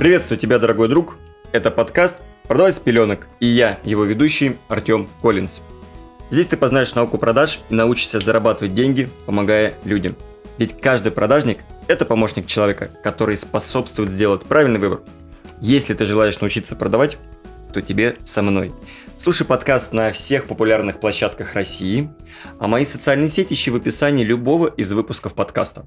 Приветствую тебя, дорогой друг. Это подкаст «Продавай с пеленок» и я, его ведущий Артем Коллинз. Здесь ты познаешь науку продаж и научишься зарабатывать деньги, помогая людям. Ведь каждый продажник – это помощник человека, который способствует сделать правильный выбор. Если ты желаешь научиться продавать, то тебе со мной. Слушай подкаст на всех популярных площадках России, а мои социальные сети ищи в описании любого из выпусков подкаста.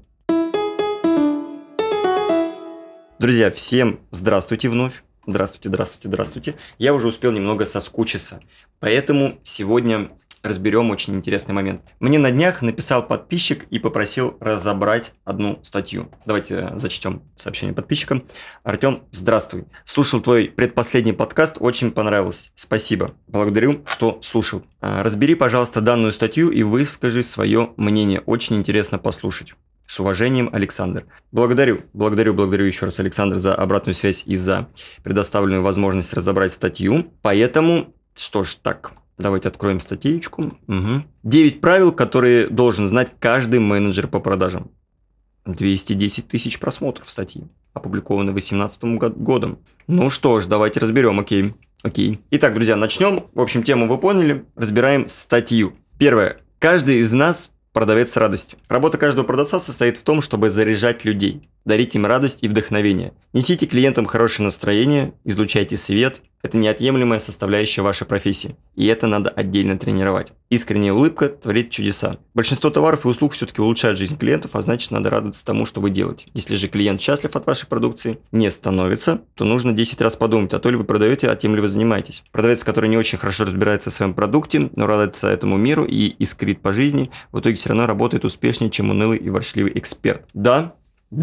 Друзья, всем здравствуйте вновь. Здравствуйте. Я уже успел немного соскучиться, поэтому сегодня разберем очень интересный момент. Мне на днях написал подписчик и попросил разобрать одну статью. Давайте зачтем сообщение подписчика. Артем, здравствуй. Слушал твой предпоследний подкаст, очень понравился. Спасибо. Благодарю, что слушал. Разбери, пожалуйста, данную статью и выскажи свое мнение. Очень интересно послушать. С уважением, Александр. Благодарю еще раз, Александр, за обратную связь и за предоставленную возможность разобрать статью. Поэтому, что ж, так, давайте откроем статейку. 9 правил, которые должен знать каждый менеджер по продажам. 210 тысяч просмотров статьи, опубликованы 2018 годом. Ну что ж, давайте разберем, окей. Итак, друзья, начнем. В общем, тему вы поняли. Разбираем статью. Первое. Каждый из нас продавец радости. Работа каждого продавца состоит в том, чтобы заряжать людей, дарить им радость и вдохновение. Несите клиентам хорошее настроение, излучайте свет. Это неотъемлемая составляющая вашей профессии, и это надо отдельно тренировать. Искренняя улыбка творит чудеса. Большинство товаров и услуг все-таки улучшают жизнь клиентов, а значит, надо радоваться тому, что вы делаете. Если же клиент счастлив от вашей продукции, не становится, то нужно 10 раз подумать, а то ли вы продаете, а тем ли вы занимаетесь. Продавец, который не очень хорошо разбирается в своем продукте, но радуется этому миру и искрит по жизни, в итоге все равно работает успешнее, чем унылый и ворчливый эксперт. Да,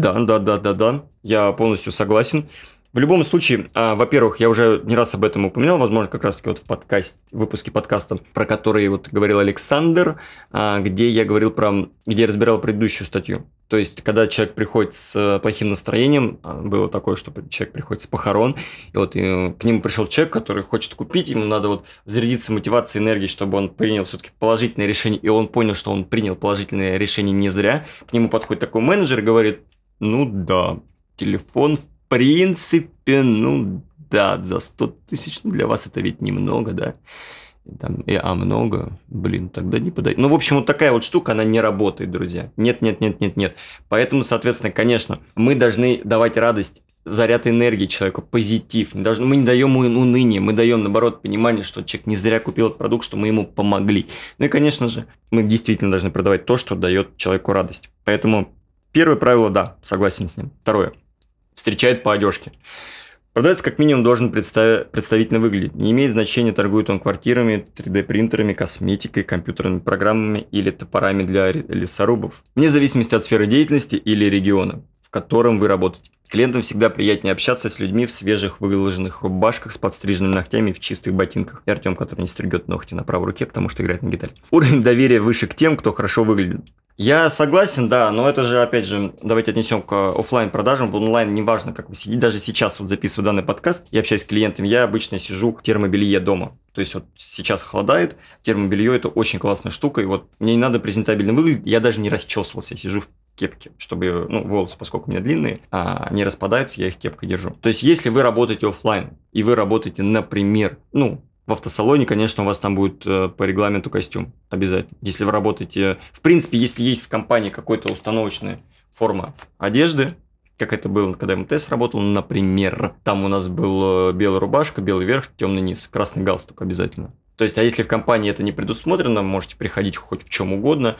я полностью согласен. В любом случае, во-первых, я уже не раз об этом упоминал, возможно, как раз-таки вот в выпуске подкаста, про который вот говорил Александр, где я разбирал предыдущую статью. То есть, когда человек приходит с плохим настроением, было такое, что человек приходит с похорон, и вот к нему пришел человек, который хочет купить, ему надо вот зарядиться мотивацией, энергией, чтобы он принял все-таки положительное решение, и он понял, что он принял положительное решение не зря. К нему подходит такой менеджер и говорит: ну да, телефон в принципе, за 100 тысяч, для вас это ведь немного, да? Много, тогда не подай. В общем, вот такая вот штука, она не работает, друзья. Нет. Поэтому, соответственно, конечно, мы должны давать радость, заряд энергии человеку, позитив. Мы не даем ему уныние, мы даем, наоборот, понимание, что человек не зря купил этот продукт, что мы ему помогли. Ну и, конечно же, мы действительно должны продавать то, что дает человеку радость. Поэтому первое правило, да, согласен с ним. Второе. Встречает по одежке. Продавец как минимум должен представительно выглядеть. Не имеет значения, торгует он квартирами, 3D-принтерами, косметикой, компьютерными программами или топорами для лесорубов. Вне зависимости от сферы деятельности или региона, в котором вы работаете. Клиентам всегда приятнее общаться с людьми в свежих выглаженных рубашках с подстриженными ногтями и в чистых ботинках. И Артем, который не стригет ногти на правой руке, потому что играет на гитаре. Уровень доверия выше к тем, кто хорошо выглядит. Я согласен, да, но это же, опять же, давайте отнесем к офлайн продажам. В онлайн неважно, как вы сидите. Даже сейчас вот записываю данный подкаст, я общаюсь с клиентами, я обычно сижу в термобелье дома. То есть вот сейчас холодает, термобелье – это очень классная штука, и вот мне не надо презентабельно выглядеть, я даже не расчесывался, я сижу в кепке, чтобы, волосы, поскольку у меня длинные, не распадаются, я их кепкой держу. То есть если вы работаете офлайн, и вы работаете, например, в автосалоне, конечно, у вас там будет по регламенту костюм обязательно. Если вы работаете... В принципе, если есть в компании какая-то установочная форма одежды, как это было, когда МТС работал, например, там у нас был белая рубашка, белый верх, темный низ, красный галстук обязательно. То есть, а если в компании это не предусмотрено, можете приходить хоть в чем угодно.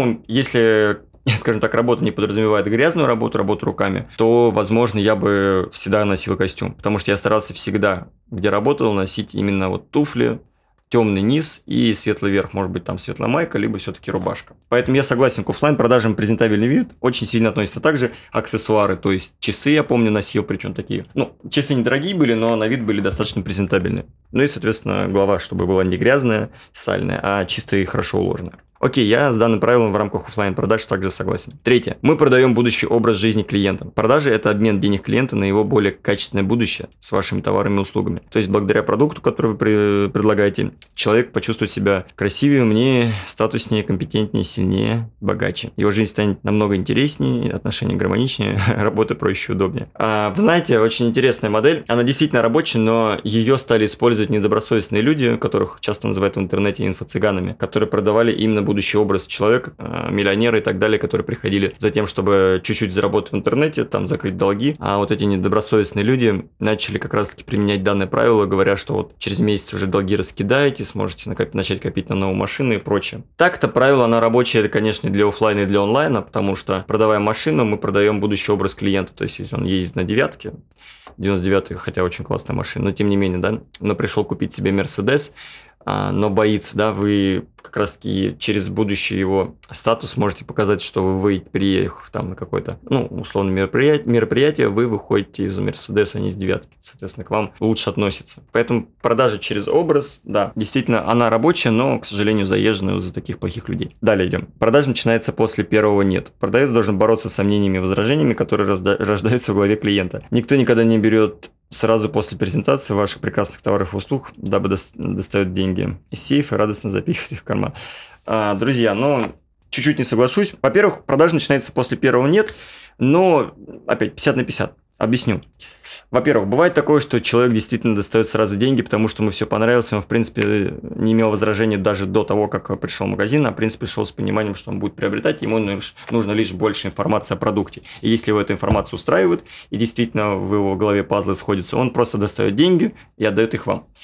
Если... скажем так, работа не подразумевает грязную работу руками, то, возможно, я бы всегда носил костюм. Потому что я старался всегда, где работал, носить именно вот туфли, темный низ и светлый верх. Может быть, там светлая майка, либо все-таки рубашка. Поэтому я согласен, к офлайн-продажам презентабельный вид очень сильно относится. Также аксессуары, то есть часы, я помню, носил, причем такие. Часы недорогие были, но на вид были достаточно презентабельные. И, соответственно, голова, чтобы была не грязная, сальная, а чистая и хорошо уложенная. Окей, я с данным правилом в рамках оффлайн продаж также согласен. Третье. Мы продаем будущий образ жизни клиента. Продажи – это обмен денег клиента на его более качественное будущее с вашими товарами и услугами. То есть, благодаря продукту, который вы предлагаете, человек почувствует себя красивее, умнее, статуснее, компетентнее, сильнее, богаче. Его жизнь станет намного интереснее, отношения гармоничнее, работа проще и удобнее. Вы знаете, очень интересная модель. Она действительно рабочая, но ее стали использовать недобросовестные люди, которых часто называют в интернете инфо-цыганами, которые продавали именно будущий образ человека, миллионеры и так далее, которые приходили за тем, чтобы чуть-чуть заработать в интернете, там закрыть долги. А вот эти недобросовестные люди начали как раз-таки применять данное правило, говоря, что вот через месяц уже долги раскидаете, сможете начать копить на новую машину и прочее. Так-то правило, оно рабочее, это, конечно, для офлайна и для онлайна, потому что, продавая машину, мы продаем будущий образ клиента. То есть, если он ездит на девятке, 99-й, хотя очень классная машина, но тем не менее, да, но пришел купить себе Мерседес, но боится, да, вы как раз-таки через будущий его статус можете показать, что вы, приехав там на какое-то, условно, мероприятие, вы выходите из Мерседеса, а не из девятки. Соответственно, к вам лучше относится. Поэтому продажа через образ, да, действительно, она рабочая, но, к сожалению, заезженная из-за таких плохих людей. Далее идем. Продажа начинается после первого «нет». Продавец должен бороться с сомнениями и возражениями, которые рождаются в голове клиента. Никто никогда не берет сразу после презентации ваших прекрасных товаров и услуг, дабы достает деньги из сейфа и радостно запихивает их в карман. Друзья, чуть-чуть не соглашусь. Во-первых, продажа начинается после первого «нет», но, опять, 50 на 50. Объясню. Во-первых, бывает такое, что человек действительно достает сразу деньги, потому что ему все понравилось, он, в принципе, не имел возражений даже до того, как пришел в магазин, а, в принципе, пришел с пониманием, что он будет приобретать, ему нужно лишь больше информации о продукте. И если его эта информация устраивает, и действительно в его голове пазлы сходятся, он просто достает деньги и отдает их вам.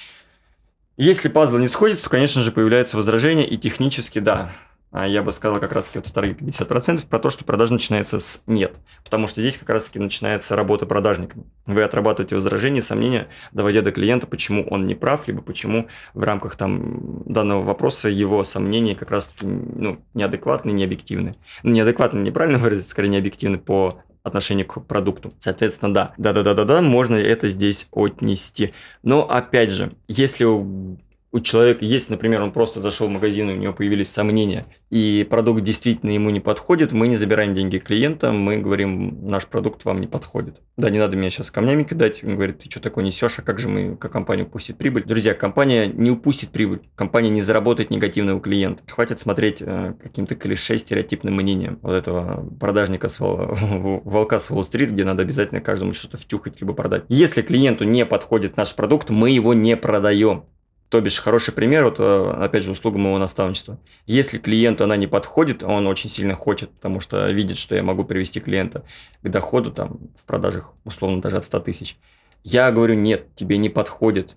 Если пазлы не сходятся, то, конечно же, появляются возражения, и технически, да, я бы сказал как раз-таки вот вторые 50% про то, что продажа начинается с «нет». Потому что здесь как раз-таки начинается работа продажниками. Вы отрабатываете возражения, сомнения, доводя до клиента, почему он не прав, либо почему в рамках данного вопроса его сомнения как раз-таки неадекватны, необъективны. Неадекватны неправильно выразить, скорее необъективны по отношению к продукту. Соответственно, да, можно это здесь отнести. Но, опять же, если у человека есть, например, он просто зашел в магазин, и у него появились сомнения, и продукт действительно ему не подходит, мы не забираем деньги клиента, мы говорим, наш продукт вам не подходит. Да, не надо меня сейчас камнями кидать, он говорит, ты что такое несешь, а как же мы, как компания, упустит прибыль? Друзья, компания не упустит прибыль, компания не заработает негативного клиента. Хватит смотреть каким-то клише, стереотипным мнением вот этого продажника, волка с Уолл-стрит, где надо обязательно каждому что-то втюхать либо продать. Если клиенту не подходит наш продукт, мы его не продаем. То бишь, хороший пример, вот опять же, услуга моего наставничества. Если клиенту она не подходит, а он очень сильно хочет, потому что видит, что я могу привести клиента к доходу там в продажах, условно, даже от 100 тысяч, я говорю, нет, тебе не подходит.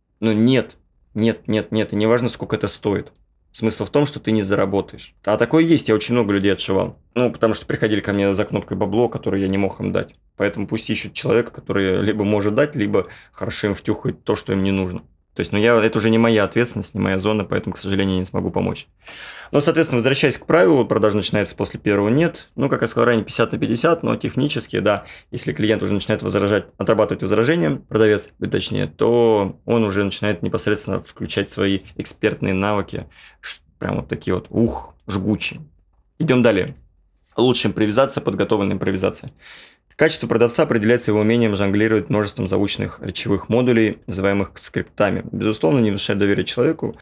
Нет, и не важно, сколько это стоит. Смысл в том, что ты не заработаешь. А такое есть, я очень много людей отшивал. Потому что приходили ко мне за кнопкой бабло, которое я не мог им дать. Поэтому пусть ищут человека, который либо может дать, либо хорошо им втюхает то, что им не нужно. То есть, это уже не моя ответственность, не моя зона, поэтому, к сожалению, не смогу помочь. Соответственно, возвращаясь к правилу, продажа начинается после первого «нет». Как я сказал ранее, 50 на 50, но технически, да, если клиент уже начинает отрабатывать возражения, продавец, точнее, то он уже начинает непосредственно включать свои экспертные навыки, прям вот такие вот, жгучие. Идем далее. Лучше импровизация, подготовленная импровизация. Качество продавца определяется его умением жонглировать множеством заученных речевых модулей, называемых скриптами. Безусловно, не внушает доверие человеку...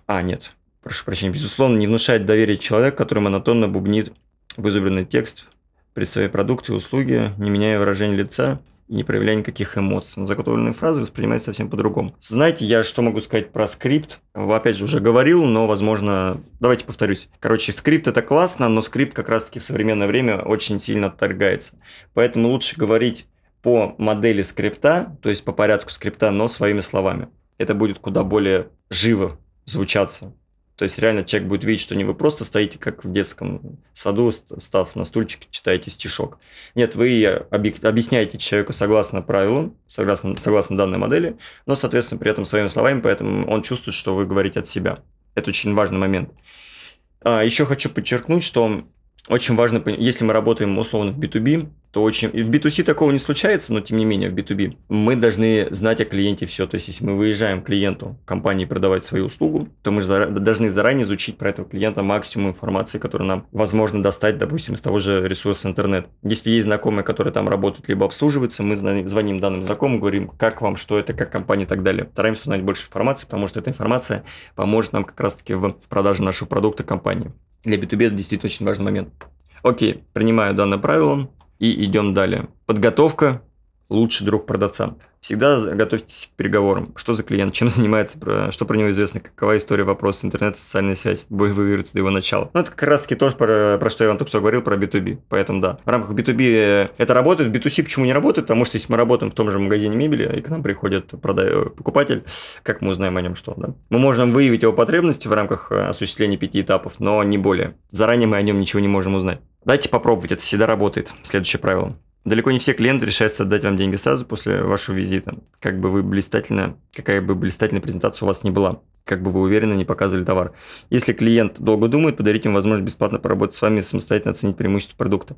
Безусловно, не внушает доверие человек, который монотонно бубнит вызубренный текст при своей продукте и услуге, не меняя выражения лица и не проявляя никаких эмоций. Но заготовленные фразы воспринимаются совсем по-другому. Знаете, я что могу сказать про скрипт? Опять же, уже говорил, но, возможно, давайте повторюсь. Скрипт это классно, но скрипт как раз-таки в современное время очень сильно отторгается. Поэтому лучше говорить по модели скрипта, то есть по порядку скрипта, но своими словами. Это будет куда более живо звучаться. То есть реально человек будет видеть, что не вы просто стоите, как в детском саду, став на стульчик, читаете стишок. Нет, вы объясняете человеку согласно правилам, согласно данной модели, но, соответственно, при этом своими словами, поэтому он чувствует, что вы говорите от себя. Это очень важный момент. Еще хочу подчеркнуть, что очень важно, если мы работаем условно в B2B, то очень... И в B2C такого не случается, но тем не менее в B2B мы должны знать о клиенте все. То есть, если мы выезжаем к клиенту компании продавать свою услугу, то мы же должны заранее изучить про этого клиента максимум информации, которую нам возможно достать, допустим, из того же ресурса интернет. Если есть знакомые, которые там работают, либо обслуживаются, мы звоним данным знакомым, говорим, как вам, что это, как компания и так далее. Стараемся узнать больше информации, потому что эта информация поможет нам как раз-таки в продаже нашего продукта компании. Для B2B это действительно очень важный момент. Окей, принимаю данное правило. И идем далее. Подготовка – лучший друг продавца. Всегда готовьтесь к переговорам. Что за клиент, чем занимается, что про него известно, какова история вопроса, интернет, социальная связь, боевые рыцари до его начала. Ну, это как раз-таки тоже про что я вам только что говорил, про B2B. Поэтому да, в рамках B2B это работает, в B2C почему не работает? Потому что если мы работаем в том же магазине мебели, и к нам приходит покупатель, как мы узнаем о нем что? Да? Мы можем выявить его потребности в рамках осуществления 5 этапов, но не более. Заранее мы о нем ничего не можем узнать. Дайте попробовать, это всегда работает. Следующее правило. Далеко не все клиенты решаются отдать вам деньги сразу после вашего визита. Какая бы блистательная презентация у вас ни была, как бы вы уверенно не показывали товар. Если клиент долго думает, подарите ему возможность бесплатно поработать с вами и самостоятельно оценить преимущества продукта.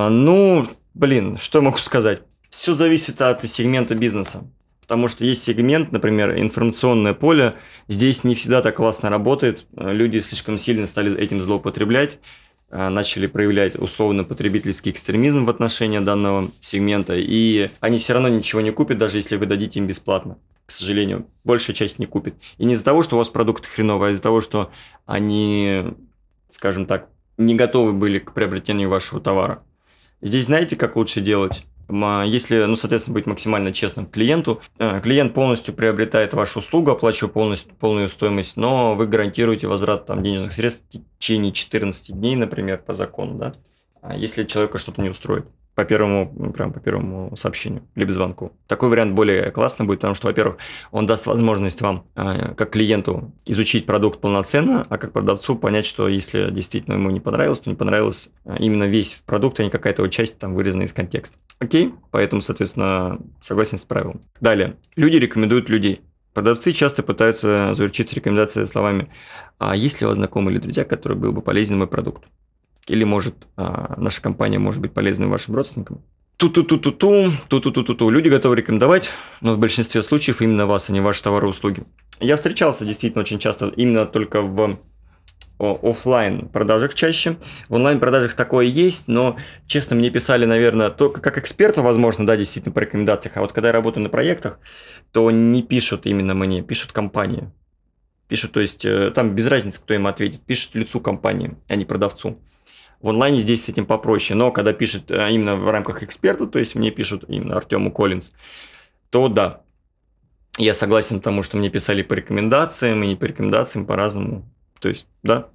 Что могу сказать? Все зависит от сегмента бизнеса. Потому что есть сегмент, например, информационное поле. Здесь не всегда так классно работает. Люди слишком сильно стали этим злоупотреблять. Начали проявлять условно-потребительский экстремизм в отношении данного сегмента, и они все равно ничего не купят, даже если вы дадите им бесплатно. К сожалению, большая часть не купит. И не из-за того, что у вас продукты хреновые, а из-за того, что они, скажем так, не готовы были к приобретению вашего товара. Здесь знаете, как лучше делать? Если, соответственно, быть максимально честным к клиенту, клиент полностью приобретает вашу услугу, оплачивая полную стоимость, но вы гарантируете возврат денежных средств в течение 14 дней, например, по закону, да, если человека что-то не устроит. По первому сообщению, либо звонку. Такой вариант более классный будет, потому что, во-первых, он даст возможность вам, как клиенту, изучить продукт полноценно, а как продавцу понять, что если действительно ему не понравилось, то не понравилось именно весь продукт, а не какая-то его часть вырезана из контекста. Окей? Поэтому, соответственно, согласен с правилом. Далее. Люди рекомендуют людей. Продавцы часто пытаются заручиться рекомендацией словами: «А есть ли у вас знакомые или друзья, которые был бы полезен мой продукт?» Или, наша компания может быть полезной вашим родственникам. Ту-ту-ту-ту-ту. Люди готовы рекомендовать, но в большинстве случаев именно вас, а не ваши товары и услуги. Я встречался действительно очень часто именно только в офлайн продажах чаще. В онлайн продажах такое есть, но, честно, мне писали, наверное, только как эксперту, возможно, да, действительно по рекомендациях. А вот когда я работаю на проектах, то не пишут именно мне, пишут компании. Пишут, то есть там без разницы, кто им ответит. Пишут лицу компании, а не продавцу. В онлайне здесь с этим попроще, но когда пишут именно в рамках эксперта, то есть мне пишут именно Артему Коллинз, то да, я согласен тому, что мне писали по рекомендациям и не по рекомендациям, по-разному. То есть, да.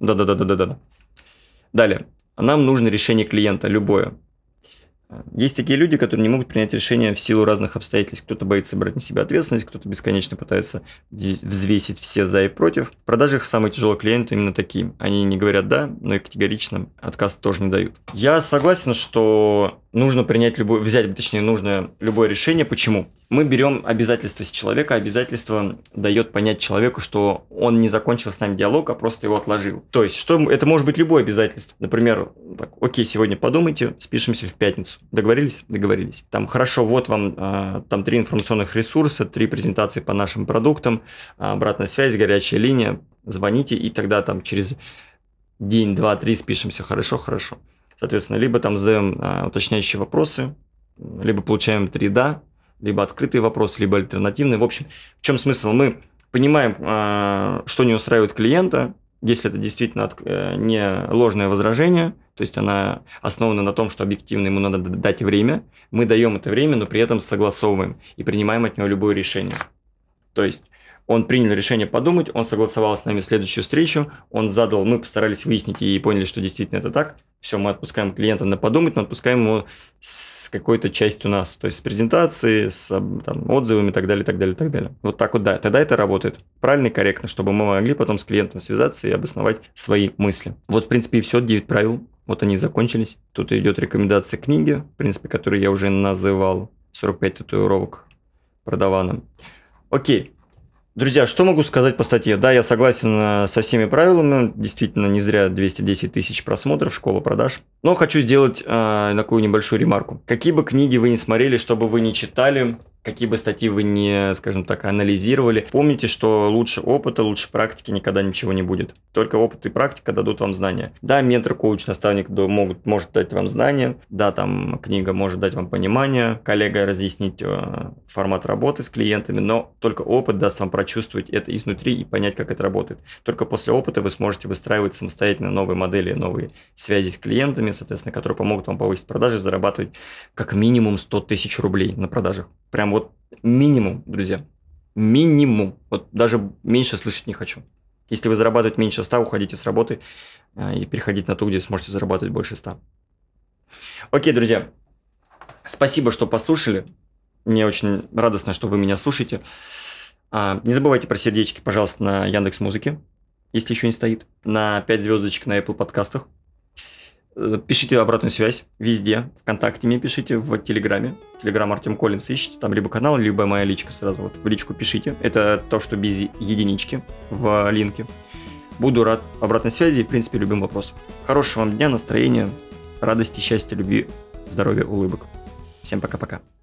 Далее, нам нужно решение клиента, любое. Есть такие люди, которые не могут принять решение в силу разных обстоятельств. Кто-то боится брать на себя ответственность, кто-то бесконечно пытается взвесить все за и против. В продажах самые тяжелые клиенты именно такие. Они не говорят «да», но и категорично отказ тоже не дают. Я согласен, что нужно нужно любое решение. Почему? Мы берем обязательства с человека, обязательство дает понять человеку, что он не закончил с нами диалог, а просто его отложил. То есть, это может быть любое обязательство. Например, окей, сегодня подумайте, спишемся в пятницу. Договорились? Договорились. Хорошо, вот вам 3 информационных ресурса, 3 презентации по нашим продуктам, обратная связь, горячая линия, звоните, и тогда через день, 2, 3 спишемся. Хорошо. Соответственно, либо задаем уточняющие вопросы, либо получаем 3 «да», либо открытые вопросы, либо альтернативные. В общем, в чем смысл? Мы понимаем, что не устраивает клиента, если это действительно не ложное возражение, то есть она основана на том, что объективно ему надо дать время, мы даем это время, но при этом согласовываем и принимаем от него любое решение. То есть он принял решение подумать, он согласовал с нами следующую встречу, мы постарались выяснить и поняли, что действительно это так. Все, мы отпускаем клиента на подумать, но отпускаем его с какой-то частью нас, то есть с презентацией, с отзывами и так далее. Вот так вот, да, тогда это работает правильно и корректно, чтобы мы могли потом с клиентом связаться и обосновать свои мысли. Вот, в принципе, и все, 9 правил, вот они закончились. Тут идет рекомендация книги, в принципе, которую я уже называл, 45 татуировок продаваном. Окей. Друзья, что могу сказать по статье? Да, я согласен со всеми правилами. Действительно, не зря 210 тысяч просмотров, школа продаж. Но хочу сделать такую небольшую ремарку. Какие бы книги вы ни смотрели, что бы вы ни читали, какие бы статьи вы не, скажем так, анализировали, помните, что лучше опыта, лучше практики никогда ничего не будет. Только опыт и практика дадут вам знания. Да, ментор, коуч, наставник может дать вам знания. Да, там книга может дать вам понимание, коллега разъяснить формат работы с клиентами, но только опыт даст вам прочувствовать это изнутри и понять, как это работает. Только после опыта вы сможете выстраивать самостоятельно новые модели, новые связи с клиентами, соответственно, которые помогут вам повысить продажи, зарабатывать как минимум 100 тысяч рублей на продажах. Прям вот минимум, друзья. Минимум. Вот даже меньше слышать не хочу. Если вы зарабатываете меньше 100, уходите с работы и переходите на ту, где сможете зарабатывать больше 100. Окей, друзья. Спасибо, что послушали. Мне очень радостно, что вы меня слушаете. Не забывайте про сердечки, пожалуйста, на Яндекс.Музыке, если еще не стоит. На 5 звездочек на Apple подкастах. Пишите обратную связь везде. ВКонтакте мне пишите, в Телеграме. Телеграм Артем Коллинс ищите. Там либо канал, либо моя личка сразу. Вот в личку пишите. Это то, что без единички в линке. Буду рад обратной связи и, в принципе, любым вопросам. Хорошего вам дня, настроения, радости, счастья, любви, здоровья, улыбок. Всем пока-пока.